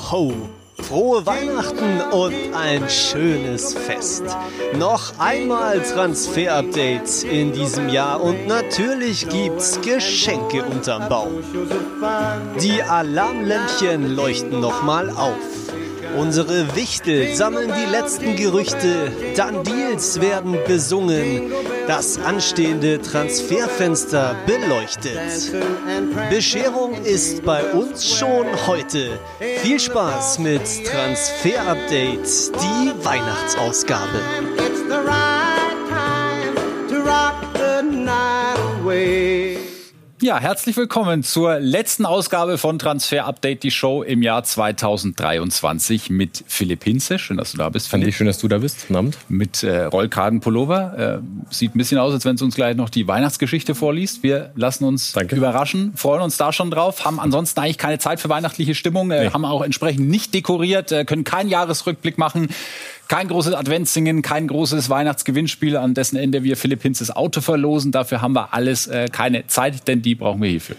ho! Frohe Weihnachten und ein schönes Fest. Noch einmal Transfer-Updates in diesem Jahr und natürlich gibt's Geschenke unterm Baum. Die Alarmlämpchen leuchten nochmal auf. Unsere Wichtel sammeln die letzten Gerüchte, dann Deals werden besungen, das anstehende Transferfenster beleuchtet. Bescherung ist bei uns schon heute. Viel Spaß mit Transfer-Update, die Weihnachtsausgabe. It's the right time to rock the night away. Ja, herzlich willkommen zur letzten Ausgabe von Transfer Update, die Show im Jahr 2023 mit Philipp Hinze. Schön, dass du da bist. Fand ich schön, dass du da bist. Guten Abend. Mit Rollkragenpullover. Sieht ein bisschen aus, als wenn es uns gleich noch die Weihnachtsgeschichte vorliest. Wir lassen uns überraschen, freuen uns da schon drauf, haben ansonsten eigentlich keine Zeit für weihnachtliche Stimmung, haben auch entsprechend nicht dekoriert, können keinen Jahresrückblick machen. Kein großes Adventssingen, kein großes Weihnachtsgewinnspiel, an dessen Ende wir Philipp Hinzes Auto verlosen. Dafür haben wir alles keine Zeit, denn die brauchen wir hierfür.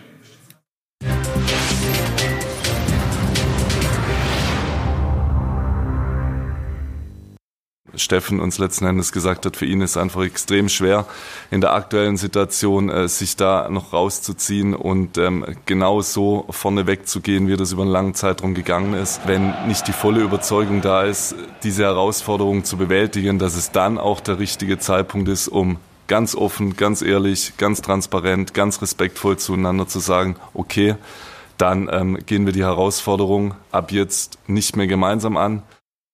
Steffen uns letzten Endes gesagt hat, für ihn ist es einfach extrem schwer, in der aktuellen Situation sich da noch rauszuziehen und genau so vorne wegzugehen, wie das über einen langen Zeitraum gegangen ist. Wenn nicht die volle Überzeugung da ist, diese Herausforderung zu bewältigen, dass es dann auch der richtige Zeitpunkt ist, um ganz offen, ganz ehrlich, ganz transparent, ganz respektvoll zueinander zu sagen, okay, dann gehen wir die Herausforderung ab jetzt nicht mehr gemeinsam an.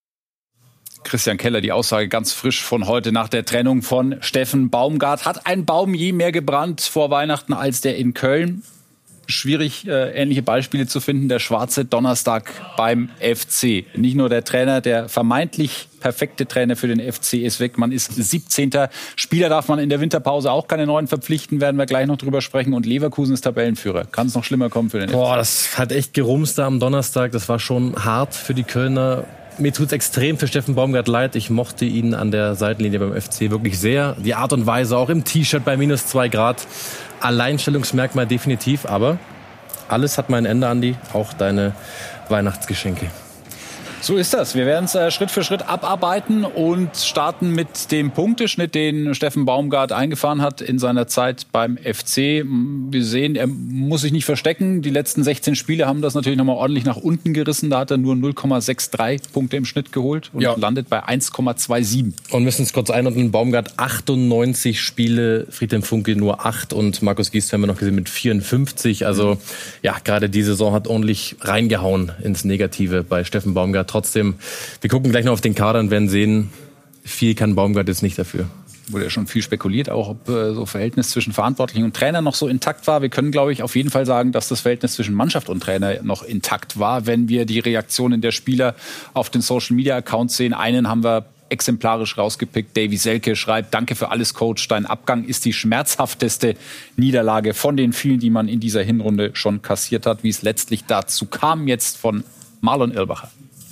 Christian Keller, die Aussage ganz frisch von heute nach der Trennung von Steffen Baumgart. Hat ein Baum je mehr gebrannt vor Weihnachten als der in Köln? Schwierig, ähnliche Beispiele zu finden. Der schwarze Donnerstag beim FC. Nicht nur der Trainer, der vermeintlich perfekte Trainer für den FC ist weg. Man ist 17. Spieler darf man in der Winterpause auch keine neuen verpflichten, werden wir gleich noch drüber sprechen. Und Leverkusen ist Tabellenführer. Kann es noch schlimmer kommen für den FC? Boah, das hat echt gerumst da am Donnerstag. Das war schon hart für die Kölner. Mir tut es extrem für Steffen Baumgart leid. Ich mochte ihn an der Seitenlinie beim FC wirklich sehr. Die Art und Weise, auch im T-Shirt bei minus 2 Grad. Alleinstellungsmerkmal definitiv. Aber alles hat mal ein Ende, Andi. Auch deine Weihnachtsgeschenke. So ist das. Wir werden es Schritt für Schritt abarbeiten und starten mit dem Punkteschnitt, den Steffen Baumgart eingefahren hat in seiner Zeit beim FC. Wir sehen, er muss sich nicht verstecken. Die letzten 16 Spiele haben das natürlich nochmal ordentlich nach unten gerissen. Da hat er nur 0,63 Punkte im Schnitt geholt und landet bei 1,27. Und müssen es kurz einordnen. Baumgart 98 Spiele, Friedhelm Funkel nur 8 und Markus Gies haben wir noch gesehen mit 54. Also ja, gerade die Saison hat ordentlich reingehauen ins Negative bei Steffen Baumgart. Trotzdem, wir gucken gleich noch auf den Kader und werden sehen, viel kann Baumgart jetzt nicht dafür. Wurde ja schon viel spekuliert, auch ob so Verhältnis zwischen Verantwortlichen und Trainer noch so intakt war. Wir können, glaube ich, auf jeden Fall sagen, dass das Verhältnis zwischen Mannschaft und Trainer noch intakt war, wenn wir die Reaktionen der Spieler auf den Social-Media-Accounts sehen. Einen haben wir exemplarisch rausgepickt. Davy Selke schreibt: Danke für alles, Coach. Dein Abgang ist die schmerzhafteste Niederlage von den vielen, die man in dieser Hinrunde schon kassiert hat. Wie es letztlich dazu kam, jetzt von Marlon Irlbacher.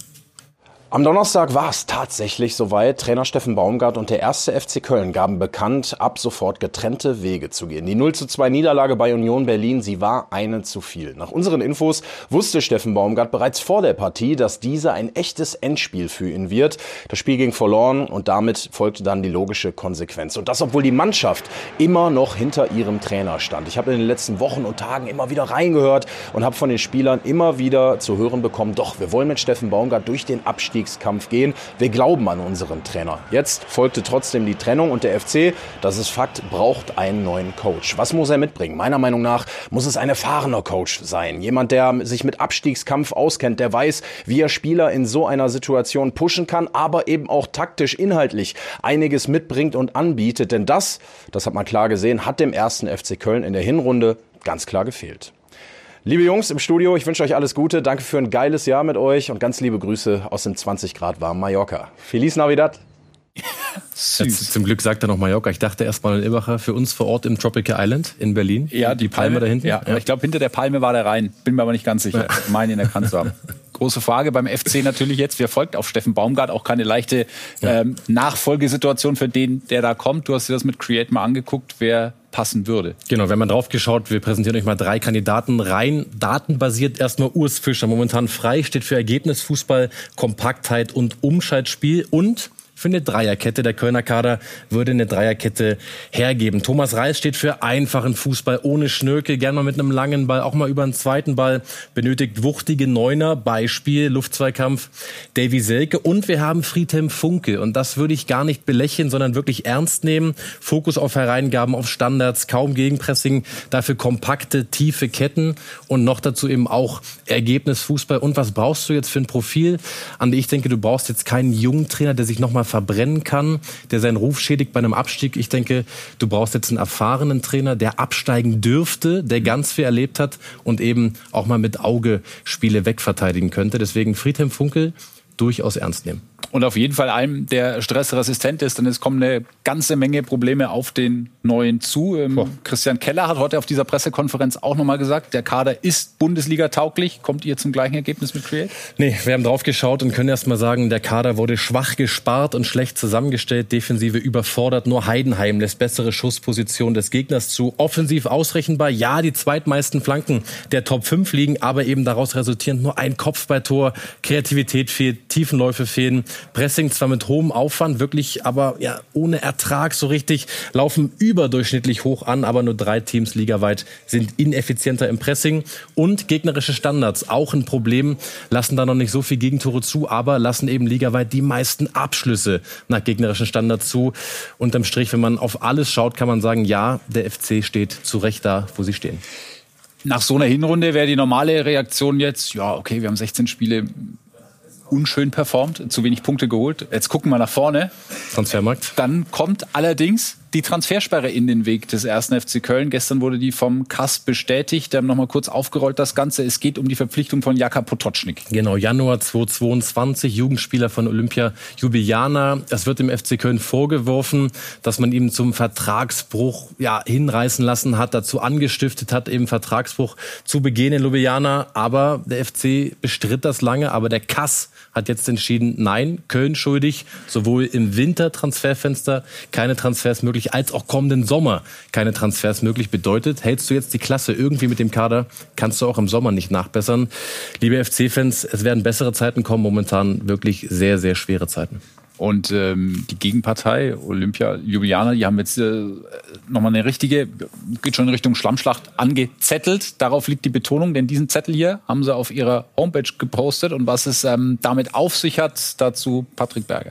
Am Donnerstag war es tatsächlich soweit. Trainer Steffen Baumgart und der 1. FC Köln gaben bekannt, ab sofort getrennte Wege zu gehen. Die 0:2 Niederlage bei Union Berlin, sie war eine zu viel. Nach unseren Infos wusste Steffen Baumgart bereits vor der Partie, dass diese ein echtes Endspiel für ihn wird. Das Spiel ging verloren und damit folgte dann die logische Konsequenz. Und das, obwohl die Mannschaft immer noch hinter ihrem Trainer stand. Ich habe in den letzten Wochen und Tagen immer wieder reingehört und habe von den Spielern immer wieder zu hören bekommen, doch, wir wollen mit Steffen Baumgart durch den Abstiegskampf gehen. Wir glauben an unseren Trainer. Jetzt folgte trotzdem die Trennung und der FC, das ist Fakt, braucht einen neuen Coach. Was muss er mitbringen? Meiner Meinung nach muss es ein erfahrener Coach sein. Jemand, der sich mit Abstiegskampf auskennt, der weiß, wie er Spieler in so einer Situation pushen kann, aber eben auch taktisch, inhaltlich einiges mitbringt und anbietet. Denn das hat man klar gesehen, hat dem 1. FC Köln in der Hinrunde ganz klar gefehlt. Liebe Jungs im Studio, ich wünsche euch alles Gute. Danke für ein geiles Jahr mit euch und ganz liebe Grüße aus dem 20 Grad warmen Mallorca. Feliz Navidad. Süß. Zum Glück sagt er noch Mallorca. Ich dachte erst mal in Irbacher, für uns vor Ort im Tropical Island in Berlin. Ja, die Palme da hinten. Ja, ich glaube, hinter der Palme war der Rhein. Bin mir aber nicht ganz sicher. Ich meine, ihn erkannt zu haben. große Frage beim FC natürlich jetzt, wer folgt auf Steffen Baumgart? Auch keine leichte Nachfolgesituation für den, der da kommt. Du hast dir das mit Create mal angeguckt, wer passen würde. Genau, wenn man drauf geschaut, wir präsentieren euch mal 3 Kandidaten. Rein datenbasiert erstmal Urs Fischer, momentan frei, steht für Ergebnisfußball, Kompaktheit und Umschaltspiel und für eine Dreierkette. Der Kölner Kader würde eine Dreierkette hergeben. Thomas Reis steht für einfachen Fußball ohne Schnörkel, gern mal mit einem langen Ball, auch mal über einen zweiten Ball. Benötigt wuchtige Neuner, Beispiel, Luftzweikampf, Davy Selke. Und wir haben Friedhelm Funkel. Und das würde ich gar nicht belächeln, sondern wirklich ernst nehmen. Fokus auf Hereingaben, auf Standards, kaum Gegenpressing, dafür kompakte, tiefe Ketten und noch dazu eben auch Ergebnisfußball. Und was brauchst du jetzt für ein Profil? Andi, ich denke, du brauchst jetzt keinen jungen Trainer, der sich nochmal verbrennen kann, der seinen Ruf schädigt bei einem Abstieg. Ich denke, du brauchst jetzt einen erfahrenen Trainer, der absteigen dürfte, der ganz viel erlebt hat und eben auch mal mit Auge Spiele wegverteidigen könnte. Deswegen Friedhelm Funkel durchaus ernst nehmen. Und auf jeden Fall einem, der stressresistent ist, denn es kommen eine ganze Menge Probleme auf den Neuen zu. Christian Keller hat heute auf dieser Pressekonferenz auch nochmal gesagt, der Kader ist Bundesliga-tauglich. Kommt ihr zum gleichen Ergebnis mit Create? Nee, wir haben drauf geschaut und können erst mal sagen, der Kader wurde schwach gespart und schlecht zusammengestellt. Defensive überfordert. Nur Heidenheim lässt bessere Schussposition des Gegners zu. Offensiv ausrechenbar. Ja, die zweitmeisten Flanken der Top 5 liegen, aber eben daraus resultierend nur ein Kopfballtor. Kreativität fehlt, Tiefenläufe fehlen. Pressing zwar mit hohem Aufwand, wirklich aber ja ohne Ertrag so richtig, laufen überdurchschnittlich hoch an, aber nur 3 Teams ligaweit sind ineffizienter im Pressing. Und gegnerische Standards, auch ein Problem, lassen da noch nicht so viel Gegentore zu, aber lassen eben ligaweit die meisten Abschlüsse nach gegnerischen Standards zu. Unterm Strich, wenn man auf alles schaut, kann man sagen, ja, der FC steht zu Recht da, wo sie stehen. Nach so einer Hinrunde wäre die normale Reaktion jetzt, ja okay, wir haben 16 Spiele unschön performt, zu wenig Punkte geholt. Jetzt gucken wir nach vorne. Transfermarkt. Dann kommt allerdings die Transfersperre in den Weg des 1. FC Köln. Gestern wurde die vom KAS bestätigt. Wir haben noch mal kurz aufgerollt das Ganze. Es geht um die Verpflichtung von Jaka Potočnik. Genau, Januar 2022, Jugendspieler von Olympia Ljubljana. Es wird dem FC Köln vorgeworfen, dass man ihm zum Vertragsbruch hinreißen lassen hat, dazu angestiftet hat, eben Vertragsbruch zu begehen in Ljubljana. Aber der FC bestritt das lange, aber der KAS hat jetzt entschieden, nein, Köln schuldig, sowohl im Wintertransferfenster keine Transfers möglich, als auch kommenden Sommer keine Transfers möglich. Bedeutet, hältst du jetzt die Klasse irgendwie mit dem Kader, kannst du auch im Sommer nicht nachbessern. Liebe FC-Fans, es werden bessere Zeiten kommen, momentan wirklich sehr, sehr schwere Zeiten. Und die Gegenpartei, Olympia Ljubljana, die haben jetzt nochmal eine richtige, geht schon in Richtung Schlammschlacht, angezettelt. Darauf liegt die Betonung, denn diesen Zettel hier haben sie auf ihrer Homepage gepostet. Und was es damit auf sich hat, dazu Patrick Berger.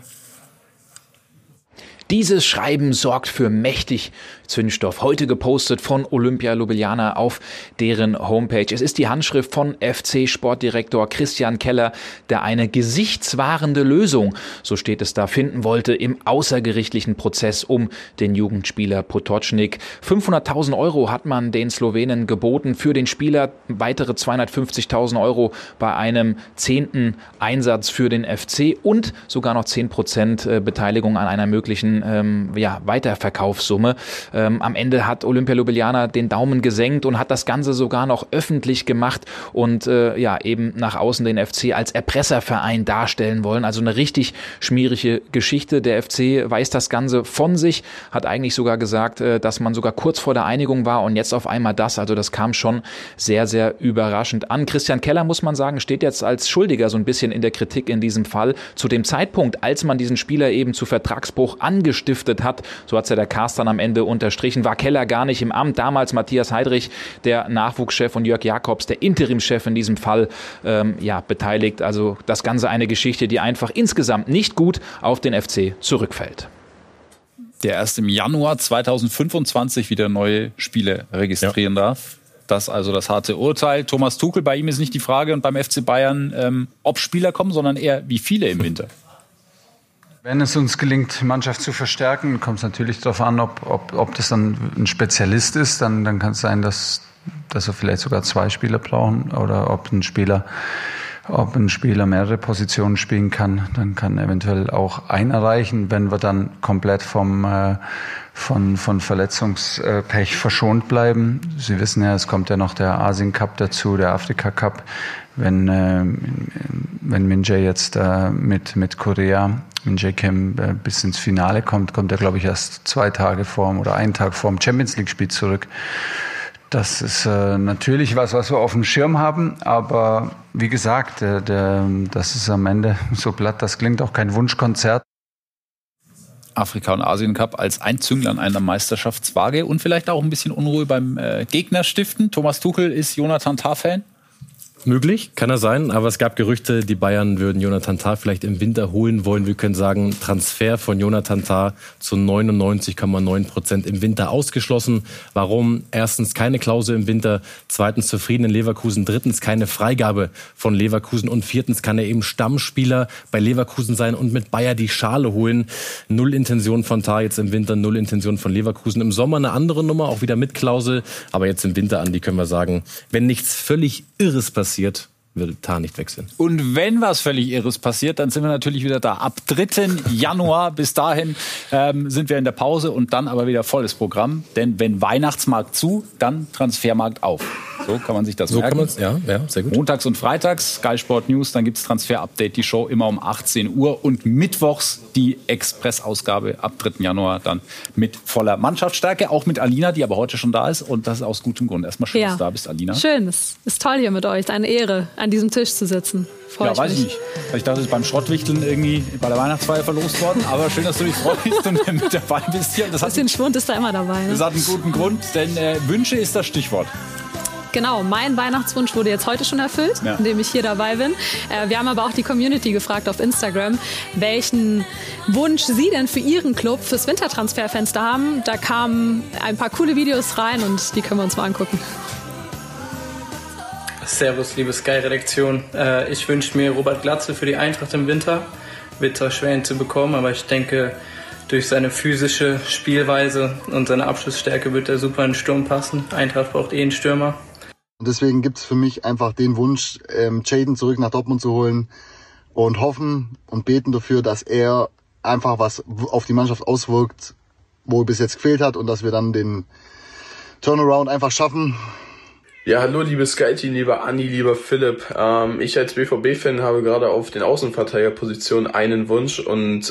Dieses Schreiben sorgt für mächtig Zündstoff. Heute gepostet von Olympia Ljubljana auf deren Homepage. Es ist die Handschrift von FC-Sportdirektor Christian Keller, der eine gesichtswahrende Lösung, so steht es da, finden wollte im außergerichtlichen Prozess um den Jugendspieler Potočnik. 500.000 € hat man den Slowenen geboten für den Spieler, weitere 250.000 € bei einem 10. Einsatz für den FC und sogar noch 10% Beteiligung an einer möglichen Weiterverkaufssumme. Am Ende hat Olympia Ljubljana den Daumen gesenkt und hat das Ganze sogar noch öffentlich gemacht und eben nach außen den FC als Erpresserverein darstellen wollen. Also eine richtig schmierige Geschichte. Der FC weiß das Ganze von sich, hat eigentlich sogar gesagt, dass man sogar kurz vor der Einigung war und jetzt auf einmal das. Also das kam schon sehr, sehr überraschend an. Christian Keller, muss man sagen, steht jetzt als Schuldiger so ein bisschen in der Kritik in diesem Fall. Zu dem Zeitpunkt, als man diesen Spieler eben zu Vertragsbruch angestiftet hat, so hat es ja der Cast dann am Ende unterstrichen, war Keller gar nicht im Amt. Damals Matthias Heidrich, der Nachwuchschef, und Jörg Jakobs, der Interimschef in diesem Fall, beteiligt. Also das Ganze eine Geschichte, die einfach insgesamt nicht gut auf den FC zurückfällt. Der erst im Januar 2025 wieder neue Spiele registrieren darf. Das also das harte Urteil. Thomas Tuchel, bei ihm ist nicht die Frage, und beim FC Bayern, ob Spieler kommen, sondern eher wie viele im Winter. Wenn es uns gelingt, die Mannschaft zu verstärken, kommt es natürlich darauf an, ob das dann ein Spezialist ist. Dann kann es sein, dass wir vielleicht sogar 2 Spieler brauchen oder ob ein Spieler ob ein Spieler mehrere Positionen spielen kann. Dann kann eventuell auch einer reichen, wenn wir dann komplett von Verletzungspech verschont bleiben. Sie wissen ja, es kommt ja noch der Asien Cup dazu, der Afrika Cup. Wenn Min-Jae jetzt mit Korea, Min-Jae Kim bis ins Finale kommt er, glaube ich, erst 2 Tage einen Tag vorm Champions League Spiel zurück. Das ist natürlich was wir auf dem Schirm haben, aber wie gesagt, das ist am Ende, so platt das klingt, auch kein Wunschkonzert. Afrika- und Asien-Cup als ein Zünglein an einer Meisterschaftswaage und vielleicht auch ein bisschen Unruhe beim Gegner stiften. Thomas Tuchel ist Jonathan Tah-Fan. Möglich, kann er sein, aber es gab Gerüchte, die Bayern würden Jonathan Tah vielleicht im Winter holen wollen. Wir können sagen, Transfer von Jonathan Tah zu 99,9% im Winter ausgeschlossen. Warum? Erstens keine Klausel im Winter, zweitens zufrieden in Leverkusen, drittens keine Freigabe von Leverkusen und viertens kann er eben Stammspieler bei Leverkusen sein und mit Bayer die Schale holen. 0 Intention von Tah jetzt im Winter, 0 Intention von Leverkusen. Im Sommer eine andere Nummer, auch wieder mit Klausel, aber jetzt im Winter, Andi, können wir sagen, wenn nichts völlig Irres passiert, will Tah nicht wechseln. Und wenn was völlig Irres passiert, dann sind wir natürlich wieder da. Ab 3. Januar, bis dahin sind wir in der Pause und dann aber wieder volles Programm. Denn wenn Weihnachtsmarkt zu, dann Transfermarkt auf. So kann man sich das merken. Kann man's, ja, sehr gut. Montags und freitags Sky Sport News, dann gibt's Transfer-Update, die Show immer um 18 Uhr und mittwochs die Express-Ausgabe ab 3. Januar dann mit voller Mannschaftsstärke, auch mit Alina, die aber heute schon da ist und das ist aus gutem Grund. Erstmal schön, dass du da bist, Alina. Schön, es ist toll hier mit euch, eine Ehre, an diesem Tisch zu sitzen. Weiß ich nicht. Ich dachte, es ist beim Schrottwichteln irgendwie bei der Weihnachtsfeier verlost worden, aber schön, dass du dich freust und mit dabei bist hier. Ein bisschen Schwund ist da immer dabei. Ne? Das hat einen guten Grund, denn Wünsche ist das Stichwort. Genau, mein Weihnachtswunsch wurde jetzt heute schon erfüllt, indem ich hier dabei bin. Wir haben aber auch die Community gefragt auf Instagram, welchen Wunsch sie denn für ihren Club fürs Wintertransferfenster haben. Da kamen ein paar coole Videos rein und die können wir uns mal angucken. Servus, liebe Sky-Redaktion. Ich wünsche mir Robert Glatzel für die Eintracht im Winter. Wird zwar schwer ihn zu bekommen, aber ich denke, durch seine physische Spielweise und seine Abschlussstärke wird er super in den Sturm passen. Eintracht braucht einen Stürmer. Und deswegen gibt es für mich einfach den Wunsch, Jadon zurück nach Dortmund zu holen und hoffen und beten dafür, dass er einfach was auf die Mannschaft auswirkt, wo er bis jetzt gefehlt hat und dass wir dann den Turnaround einfach schaffen. Ja, hallo liebe Sky-Team, lieber Andi, lieber Philipp. Ich als BVB-Fan habe gerade auf den Außenverteidigerpositionen einen Wunsch und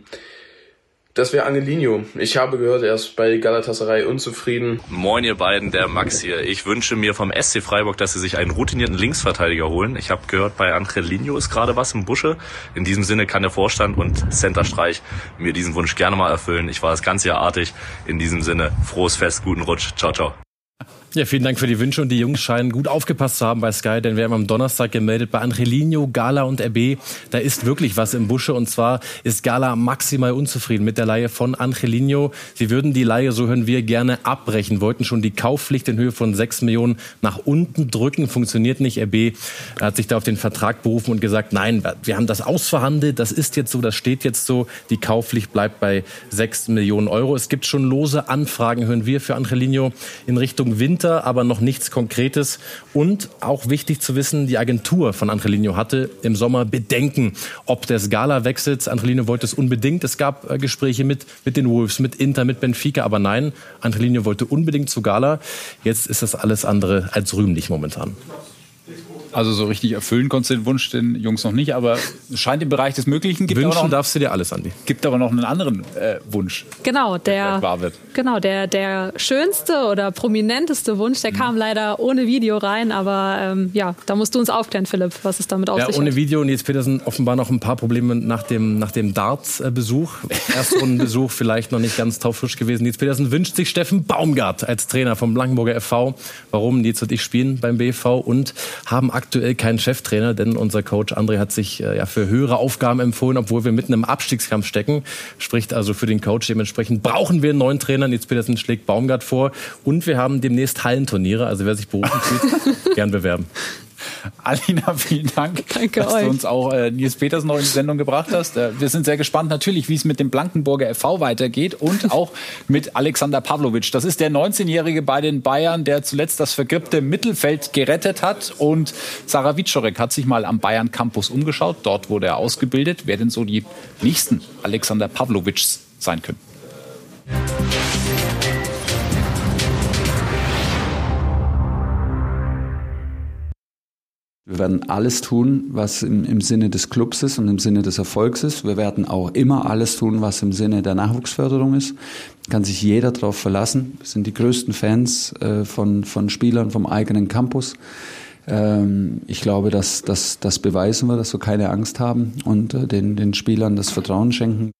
das wäre Angelino. Ich habe gehört, er ist bei Galatasaray unzufrieden. Moin ihr beiden, der Max hier. Ich wünsche mir vom SC Freiburg, dass sie sich einen routinierten Linksverteidiger holen. Ich habe gehört, bei Angelino ist gerade was im Busche. In diesem Sinne kann der Vorstand und Center Streich mir diesen Wunsch gerne mal erfüllen. Ich war das ganze Jahr artig. In diesem Sinne, frohes Fest, guten Rutsch. Ciao, ciao. Ja, vielen Dank für die Wünsche und die Jungs scheinen gut aufgepasst zu haben bei Sky, denn wir haben am Donnerstag gemeldet bei Angelino, Gala und RB, da ist wirklich was im Busche und zwar ist Gala maximal unzufrieden mit der Leihe von Angelino. Sie würden die Leihe, so hören wir, gerne abbrechen, wollten schon die Kaufpflicht in Höhe von 6 Millionen nach unten drücken, funktioniert nicht. RB hat sich da auf den Vertrag berufen und gesagt, nein, wir haben das ausverhandelt, das ist jetzt so, das steht jetzt so, die Kaufpflicht bleibt bei 6 Millionen Euro. Es gibt schon lose Anfragen, hören wir, für Angelino in Richtung Winter, aber noch nichts Konkretes. Und auch wichtig zu wissen, die Agentur von Angelino hatte im Sommer Bedenken, ob der Gala wechselt. Angelino wollte es unbedingt. Es gab Gespräche mit den Wolves, mit Inter, mit Benfica. Aber nein, Angelino wollte unbedingt zu Gala. Jetzt ist das alles andere als rühmlich momentan. Also so richtig erfüllen konntest du den Wunsch den Jungs noch nicht, aber es scheint im Bereich des Möglichen. Wünschen darfst du dir alles, Andi. Gibt aber noch einen anderen Wunsch, genau, der wahr wird. Genau, der schönste oder prominenteste Wunsch, der kam leider ohne Video rein, aber ja, da musst du uns aufklären, Philipp, was es damit auf sich hat. Ja, ohne Video. Nils Petersen offenbar noch ein paar Probleme nach dem Darts-Besuch. Erstrundenbesuch, vielleicht noch nicht ganz taufrisch gewesen. Nils Petersen wünscht sich Steffen Baumgart als Trainer vom Blankenburger FV. Warum? Nils und ich spielen beim BV und haben aktuell keinen Cheftrainer, denn unser Coach André hat sich für höhere Aufgaben empfohlen, obwohl wir mitten im Abstiegskampf stecken. Spricht also für den Coach. Dementsprechend brauchen wir einen neuen Trainer. Nils Petersen schlägt Baumgart vor. Und wir haben demnächst Hallenturniere. Also wer sich berufen fühlt, Gern bewerben. Alina, vielen Dank, Danke dass euch. du uns auch Nils Peters noch in die Sendung gebracht hast. Wir sind sehr gespannt natürlich, wie es mit dem Blankenburger FV weitergeht und auch mit Alexander Pavlovic. Das ist der 19-Jährige bei den Bayern, der zuletzt das vergrippte Mittelfeld gerettet hat. Und Sarah Wieczorek hat sich mal am Bayern Campus umgeschaut. Dort wurde er ausgebildet. Wer denn so die nächsten Alexander Pavlovics sein können? Wir werden alles tun, was im Sinne des Clubs ist und im Sinne des Erfolgs ist. Wir werden auch immer alles tun, was im Sinne der Nachwuchsförderung ist. Kann sich jeder darauf verlassen. Wir sind die größten Fans von Spielern vom eigenen Campus. Ich glaube, das beweisen wir, dass wir keine Angst haben und den Spielern das Vertrauen schenken.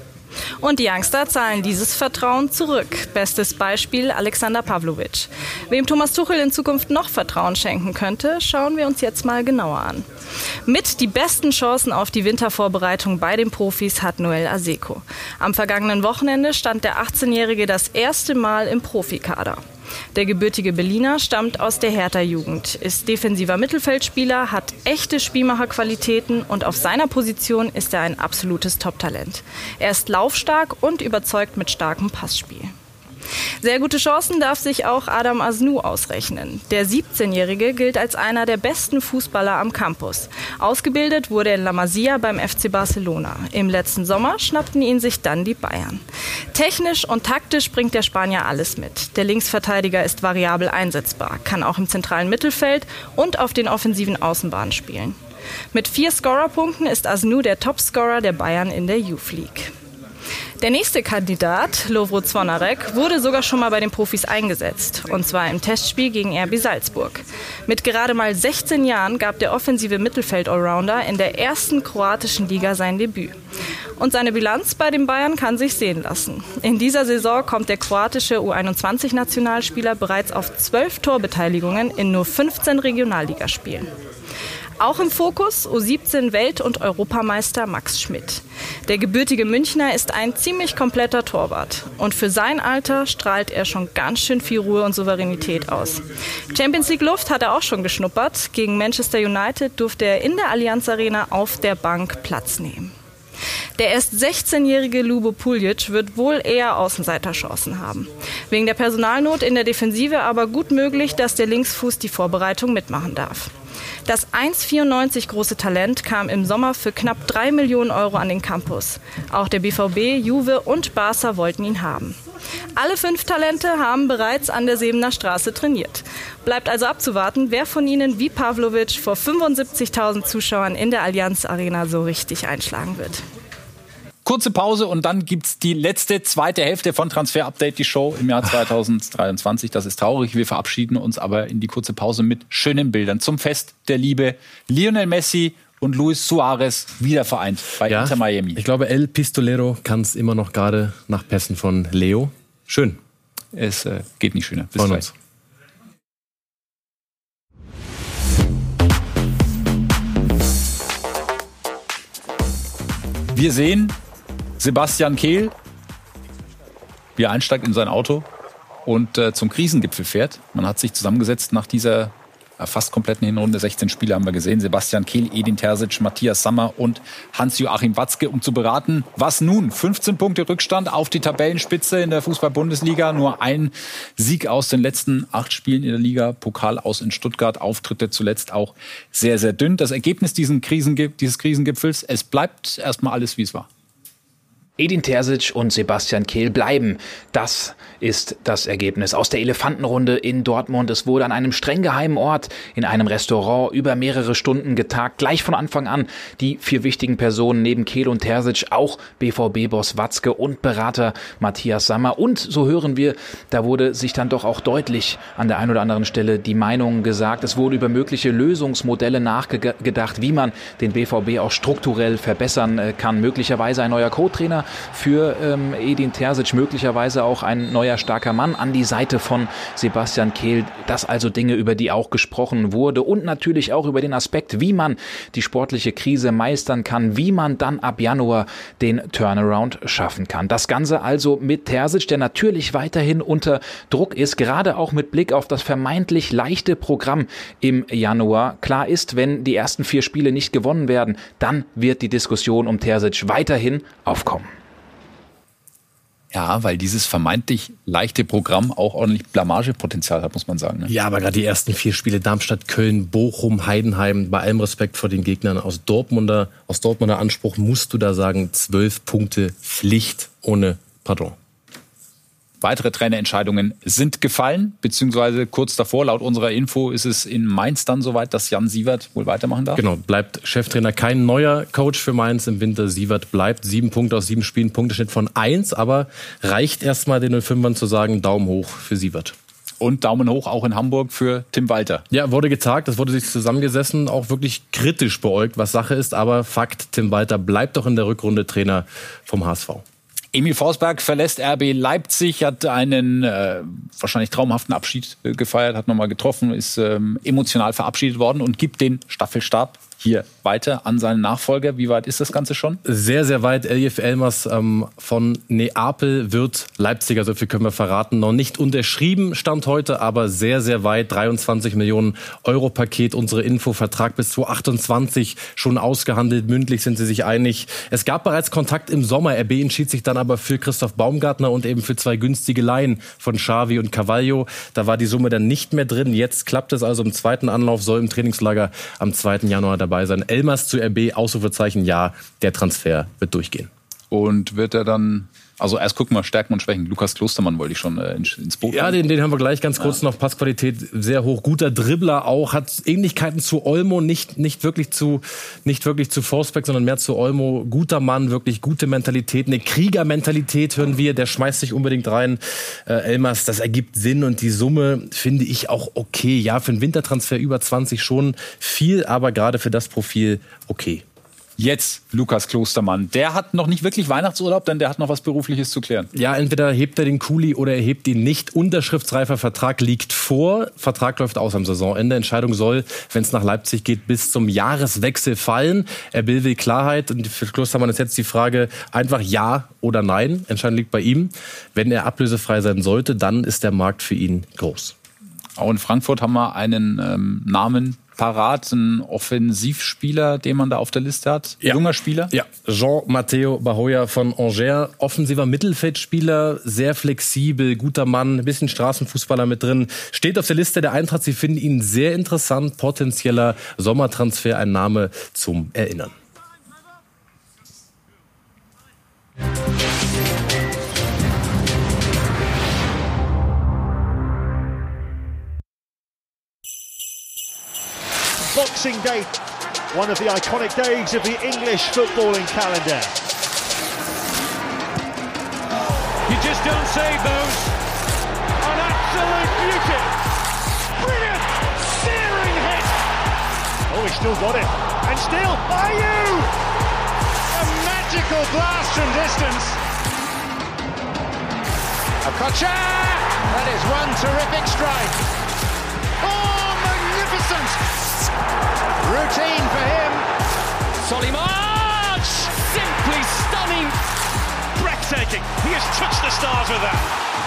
Und die Youngster zahlen dieses Vertrauen zurück. Bestes Beispiel Alexander Pavlovic. Wem Thomas Tuchel in Zukunft noch Vertrauen schenken könnte, schauen wir uns jetzt mal genauer an. Mit die besten Chancen auf die Wintervorbereitung bei den Profis hat Noel Aseko. Am vergangenen Wochenende stand der 18-Jährige das erste Mal im Profikader. Der gebürtige Berliner stammt aus der Hertha-Jugend, ist defensiver Mittelfeldspieler, hat echte Spielmacherqualitäten und auf seiner Position ist er ein absolutes Top-Talent. Er ist laufstark und überzeugt mit starkem Passspiel. Sehr gute Chancen darf sich auch Adam Asnou ausrechnen. Der 17-Jährige gilt als einer der besten Fußballer am Campus. Ausgebildet wurde er in La Masia beim FC Barcelona. Im letzten Sommer schnappten ihn sich dann die Bayern. Technisch und taktisch bringt der Spanier alles mit. Der Linksverteidiger ist variabel einsetzbar, kann auch im zentralen Mittelfeld und auf den offensiven Außenbahnen spielen. Mit 4 Scorerpunkten ist Asnou der Topscorer der Bayern in der Youth League. Der nächste Kandidat, Lovro Zvonarek, wurde sogar schon mal bei den Profis eingesetzt. Und zwar im Testspiel gegen RB Salzburg. Mit gerade mal 16 Jahren gab der offensive Mittelfeld-Allrounder in der ersten kroatischen Liga sein Debüt. Und seine Bilanz bei den Bayern kann sich sehen lassen. In dieser Saison kommt der kroatische U21-Nationalspieler bereits auf 12 Torbeteiligungen in nur 15 Regionalligaspielen. Auch im Fokus U17-Welt- und Europameister Max Schmidt. Der gebürtige Münchner ist ein ziemlich kompletter Torwart. Und für sein Alter strahlt er schon ganz schön viel Ruhe und Souveränität aus. Champions League Luft hat er auch schon geschnuppert. Gegen Manchester United durfte er in der Allianz Arena auf der Bank Platz nehmen. Der erst 16-jährige Ljubo Puljic wird wohl eher Außenseiterchancen haben. Wegen der Personalnot in der Defensive aber gut möglich, dass der Linksfuß die Vorbereitung mitmachen darf. Das 1,94 große Talent kam im Sommer für knapp 3 Millionen Euro an den Campus. Auch der BVB, Juve und Barca wollten ihn haben. Alle 5 Talente haben bereits an der Sebener Straße trainiert. Bleibt also abzuwarten, wer von ihnen wie Pavlovic vor 75.000 Zuschauern in der Allianz Arena so richtig einschlagen wird. Kurze Pause und dann gibt's die letzte, zweite Hälfte von Transfer Update, die Show im Jahr 2023. Das ist traurig, wir verabschieden uns aber in die kurze Pause mit schönen Bildern zum Fest der Liebe. Lionel Messi und Luis Suarez wieder vereint bei Inter Miami. Ich glaube, El Pistolero kann es immer noch gerade nach Pässen von Leo. Schön. Es geht nicht schöner. Bis gleich. Wir sehen Sebastian Kehl, wie er einsteigt in sein Auto und zum Krisengipfel fährt. Man hat sich zusammengesetzt nach dieser fast kompletten Hinrunde. 16 Spiele haben wir gesehen. Sebastian Kehl, Edin Terzic, Matthias Sammer und Hans-Joachim Watzke, um zu beraten. Was nun? 15 Punkte Rückstand auf die Tabellenspitze in der Fußball-Bundesliga. Nur ein Sieg aus den letzten 8 Spielen in der Liga. Pokal aus in Stuttgart. Auftritte zuletzt auch sehr, sehr dünn. Das Ergebnis dieses Krisengipfels, es bleibt erstmal alles, wie es war. Edin Terzic und Sebastian Kehl bleiben. Das ist das Ergebnis aus der Elefantenrunde in Dortmund. Es wurde an einem streng geheimen Ort in einem Restaurant über mehrere Stunden getagt. Gleich von Anfang an die 4 wichtigen Personen neben Kehl und Terzic, auch BVB-Boss Watzke und Berater Matthias Sammer. Und so hören wir, da wurde sich dann doch auch deutlich an der einen oder anderen Stelle die Meinung gesagt. Es wurde über mögliche Lösungsmodelle nachgedacht, wie man den BVB auch strukturell verbessern kann. Möglicherweise ein neuer Co-Trainer Trainer für Edin Terzic, möglicherweise auch ein neuer starker Mann an die Seite von Sebastian Kehl. Das also Dinge, über die auch gesprochen wurde und natürlich auch über den Aspekt, wie man die sportliche Krise meistern kann, wie man dann ab Januar den Turnaround schaffen kann. Das Ganze also mit Terzic, der natürlich weiterhin unter Druck ist, gerade auch mit Blick auf das vermeintlich leichte Programm im Januar. Klar ist, wenn die ersten 4 Spiele nicht gewonnen werden, dann wird die Diskussion um Terzic weiterhin aufkommen. Ja, weil dieses vermeintlich leichte Programm auch ordentlich Blamagepotenzial hat, muss man sagen. Ne? Ja, aber gerade die ersten 4 Spiele, Darmstadt, Köln, Bochum, Heidenheim, bei allem Respekt vor den Gegnern aus Dortmunder Anspruch musst du da sagen, 12 Punkte Pflicht ohne Pardon. Weitere Trainerentscheidungen sind gefallen, beziehungsweise kurz davor, laut unserer Info, ist es in Mainz dann soweit, dass Jan Siewert wohl weitermachen darf? Genau, bleibt Cheftrainer, kein neuer Coach für Mainz im Winter. Siewert bleibt, 7 Punkte aus 7 Spielen, Punkteschnitt von 1, aber reicht erstmal den 05ern zu sagen, Daumen hoch für Siewert. Und Daumen hoch auch in Hamburg für Tim Walter. Ja, wurde getagt, das wurde sich zusammengesessen, auch wirklich kritisch beäugt, was Sache ist, aber Fakt, Tim Walter bleibt doch in der Rückrunde Trainer vom HSV. Emil Forsberg verlässt RB Leipzig, hat einen wahrscheinlich traumhaften Abschied gefeiert, hat nochmal getroffen, ist emotional verabschiedet worden und gibt den Staffelstab hier weiter an seinen Nachfolger. Wie weit ist das Ganze schon? Sehr, sehr weit. Elif Elmas von Neapel wird Leipziger, so viel können wir verraten. Noch nicht unterschrieben, Stand heute, aber sehr, sehr weit. 23 Millionen Euro Paket, unsere Info, Vertrag bis 2028 schon ausgehandelt. Mündlich sind sie sich einig. Es gab bereits Kontakt im Sommer. RB entschied sich dann aber für Christoph Baumgartner und eben für 2 günstige Leihen von Xavi und Carvalho. Da war die Summe dann nicht mehr drin. Jetzt klappt es also im zweiten Anlauf, soll im Trainingslager am 2. Januar dabei sein. Elmas zu RB, Ausrufezeichen, ja, der Transfer wird durchgehen. Und wird er dann, also erst gucken wir Stärken und Schwächen. Lukas Klostermann wollte ich schon ins Boot. Ja, den haben wir gleich ganz kurz noch. Passqualität sehr hoch, guter Dribbler auch, hat Ähnlichkeiten zu Olmo, nicht wirklich zu Forsberg, sondern mehr zu Olmo. Guter Mann, wirklich gute Mentalität, eine Kriegermentalität hören wir, der schmeißt sich unbedingt rein. Elmas, das ergibt Sinn und die Summe finde ich auch okay. Ja, für einen Wintertransfer über 20 schon viel, aber gerade für das Profil okay. Jetzt Lukas Klostermann. Der hat noch nicht wirklich Weihnachtsurlaub, denn der hat noch was Berufliches zu klären. Ja, entweder hebt er den Kuli oder er hebt ihn nicht. Unterschriftsreifer Vertrag liegt vor. Vertrag läuft aus am Saisonende. Entscheidung soll, wenn es nach Leipzig geht, bis zum Jahreswechsel fallen. Er will Klarheit. Und für Klostermann ist jetzt die Frage einfach ja oder nein. Entscheidung liegt bei ihm. Wenn er ablösefrei sein sollte, dann ist der Markt für ihn groß. Auch in Frankfurt haben wir einen Namen parat, ein Offensivspieler, den man da auf der Liste hat. Ja. Junger Spieler? Ja, Jean-Matteo Bahoya von Angers. Offensiver Mittelfeldspieler, sehr flexibel, guter Mann, ein bisschen Straßenfußballer mit drin. Steht auf der Liste der Eintracht. Sie finden ihn sehr interessant. Potenzieller Sommertransfer, ein Name zum Erinnern. Boxing Day, one of the iconic days of the English footballing calendar. You just don't save those. An absolute beauty. Brilliant, searing hit. Oh, he still got it. And still, Ayew! A magical blast from distance. Okocha! That is one terrific strike. Oh, magnificent! Routine for him. Soliman! Simply stunning. Breathtaking. He has touched the stars with that.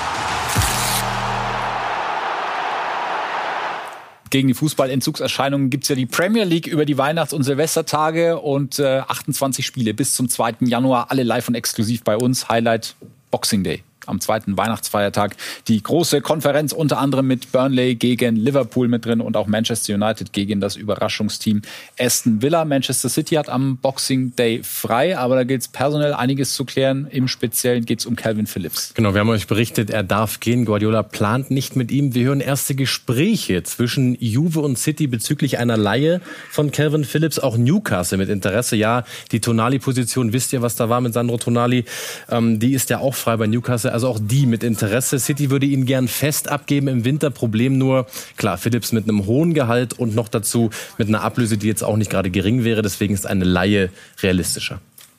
Gegen die Fußballentzugserscheinungen gibt es ja die Premier League über die Weihnachts- und Silvestertage und 28 Spiele bis zum 2. Januar. Alle live und exklusiv bei uns. Highlight Boxing Day. Am 2. Weihnachtsfeiertag die große Konferenz, unter anderem mit Burnley gegen Liverpool mit drin und auch Manchester United gegen das Überraschungsteam Aston Villa. Manchester City hat am Boxing Day frei, aber da gilt es personell einiges zu klären. Im Speziellen geht es um Calvin Phillips. Genau, wir haben euch berichtet, er darf gehen. Guardiola plant nicht mit ihm. Wir hören erste Gespräche zwischen Juve und City bezüglich einer Leihe von Calvin Phillips. Auch Newcastle mit Interesse. Ja, die Tonali-Position, wisst ihr, was da war mit Sandro Tonali? Die ist ja auch frei bei Newcastle. Also auch die mit Interesse. City würde ihn gern fest abgeben im Winter. Problem nur, klar, Phillips mit einem hohen Gehalt und noch dazu mit einer Ablöse, die jetzt auch nicht gerade gering wäre. Deswegen ist eine Leihe realistischer.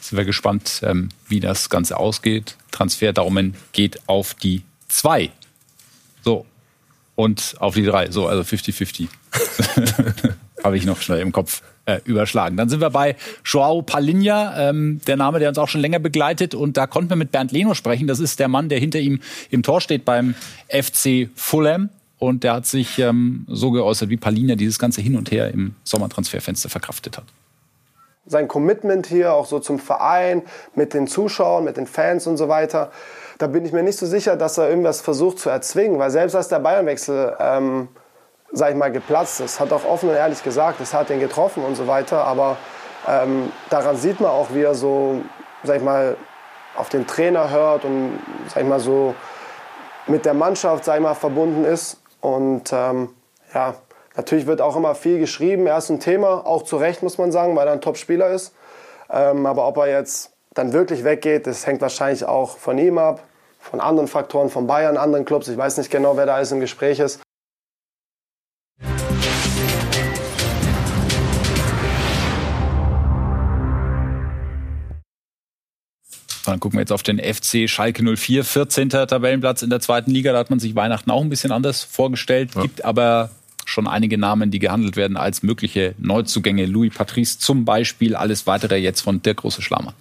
Sind wir gespannt, wie das Ganze ausgeht. Transfer-Daumen geht auf die 2. So. Und auf die 3. So, also 50-50. Habe ich noch schnell im Kopf überschlagen. Dann sind wir bei João Palhinha, der Name, der uns auch schon länger begleitet. Und da konnten wir mit Bernd Leno sprechen. Das ist der Mann, der hinter ihm im Tor steht beim FC Fulham. Und der hat sich so geäußert, wie Palhinha dieses ganze Hin und Her im Sommertransferfenster verkraftet hat. Sein Commitment hier auch so zum Verein, mit den Zuschauern, mit den Fans und so weiter, da bin ich mir nicht so sicher, dass er irgendwas versucht zu erzwingen. Weil selbst als der Bayernwechsel, sag ich mal, geplatzt ist, hat auch offen und ehrlich gesagt, es hat ihn getroffen und so weiter. Aber daran sieht man auch, wie er so, sag ich mal, auf den Trainer hört und, sag ich mal, so mit der Mannschaft, sag ich mal, verbunden ist. Und ja, natürlich wird auch immer viel geschrieben. Er ist ein Thema, auch zu Recht, muss man sagen, weil er ein Top-Spieler ist. Aber ob er jetzt dann wirklich weggeht, das hängt wahrscheinlich auch von ihm ab, von anderen Faktoren, von Bayern, anderen Clubs. Ich weiß nicht genau, wer da alles im Gespräch ist. Dann gucken wir jetzt auf den FC Schalke 04, 14. Tabellenplatz in der 2. Liga. Da hat man sich Weihnachten auch ein bisschen anders vorgestellt. Ja. Gibt aber schon einige Namen, die gehandelt werden als mögliche Neuzugänge. Louis Patrice zum Beispiel. Alles Weitere jetzt von Dirk Große-Schlammer.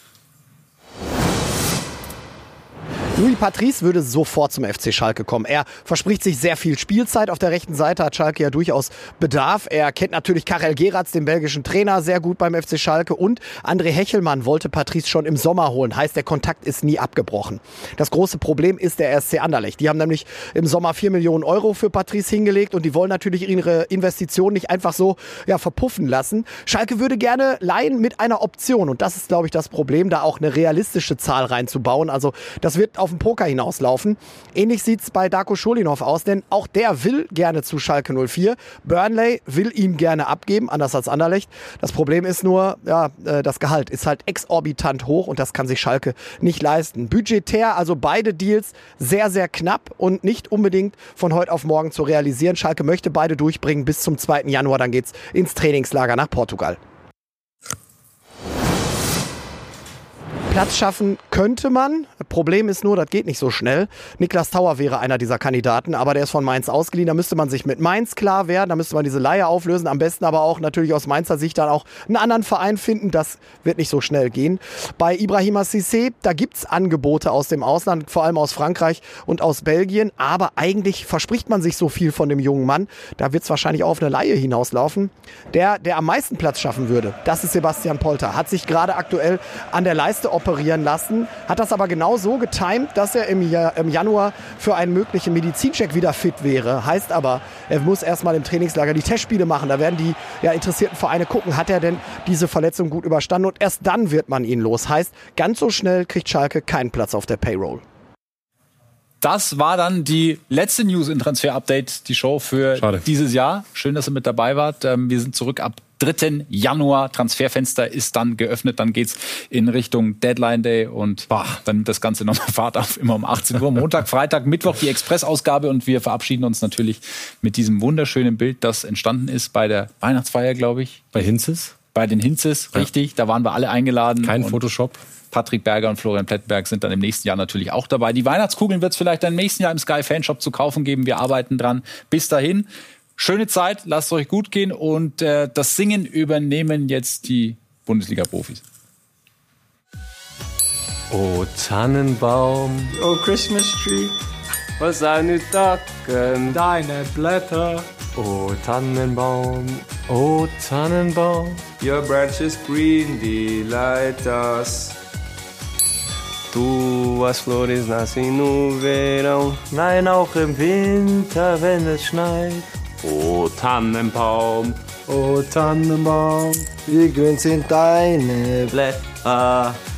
Louis Patrice würde sofort zum FC Schalke kommen. Er verspricht sich sehr viel Spielzeit. Auf der rechten Seite hat Schalke ja durchaus Bedarf. Er kennt natürlich Karel Geratz, den belgischen Trainer, sehr gut beim FC Schalke. Und André Hechelmann wollte Patrice schon im Sommer holen. Heißt, der Kontakt ist nie abgebrochen. Das große Problem ist der SC Anderlecht. Die haben nämlich im Sommer 4 Millionen Euro für Patrice hingelegt. Und die wollen natürlich ihre Investition nicht einfach so verpuffen lassen. Schalke würde gerne leihen mit einer Option. Und das ist, glaube ich, das Problem, da auch eine realistische Zahl reinzubauen. Also das wird auf den Poker hinauslaufen. Ähnlich sieht es bei Darko Scholinov aus, denn auch der will gerne zu Schalke 04. Burnley will ihn gerne abgeben, anders als Anderlecht. Das Problem ist nur, das Gehalt ist halt exorbitant hoch und das kann sich Schalke nicht leisten. Budgetär, also beide Deals sehr, sehr knapp und nicht unbedingt von heute auf morgen zu realisieren. Schalke möchte beide durchbringen bis zum 2. Januar, dann geht's ins Trainingslager nach Portugal. Platz schaffen könnte man. Problem ist nur, das geht nicht so schnell. Niklas Tauer wäre einer dieser Kandidaten, aber der ist von Mainz ausgeliehen. Da müsste man sich mit Mainz klar werden, da müsste man diese Leihe auflösen. Am besten aber auch natürlich aus Mainzer Sicht dann auch einen anderen Verein finden. Das wird nicht so schnell gehen. Bei Ibrahima Cissé, da gibt's Angebote aus dem Ausland, vor allem aus Frankreich und aus Belgien. Aber eigentlich verspricht man sich so viel von dem jungen Mann. Da wird's wahrscheinlich auch auf eine Leihe hinauslaufen. Der am meisten Platz schaffen würde, das ist Sebastian Polter. Hat sich gerade aktuell an der Leiste operieren lassen, hat das aber genau so getimt, dass er im Januar für einen möglichen Medizincheck wieder fit wäre. Heißt aber, er muss erstmal im Trainingslager die Testspiele machen. Da werden die interessierten Vereine gucken, hat er denn diese Verletzung gut überstanden und erst dann wird man ihn los. Heißt, ganz so schnell kriegt Schalke keinen Platz auf der Payroll. Das war dann die letzte News in Transfer Update, die Show für dieses Jahr. Schön, dass ihr mit dabei wart. Wir sind zurück ab 3. Januar. Transferfenster ist dann geöffnet. Dann geht's in Richtung Deadline Day und dann nimmt das Ganze nochmal Fahrt auf. Immer um 18 Uhr. Montag, Freitag, Mittwoch die Express-Ausgabe und wir verabschieden uns natürlich mit diesem wunderschönen Bild, das entstanden ist bei der Weihnachtsfeier, glaube ich. Bei Hinzes? Bei den Hinzes, richtig. Da waren wir alle eingeladen. Kein Photoshop. Patrick Berger und Florian Plettenberg sind dann im nächsten Jahr natürlich auch dabei. Die Weihnachtskugeln wird es vielleicht dann im nächsten Jahr im Sky Fanshop zu kaufen geben. Wir arbeiten dran. Bis dahin, schöne Zeit, lasst es euch gut gehen und das Singen übernehmen jetzt die Bundesliga-Profis. Oh Tannenbaum, oh Christmas Tree, was seine Tacken, deine Blätter. Oh Tannenbaum, oh Tannenbaum, your branches green delight us. Tuas flores nascem no verão, nein auch im Winter, wenn es schneit. Oh Tannenbaum, oh Tannenbaum, wie grün sind deine Blätter.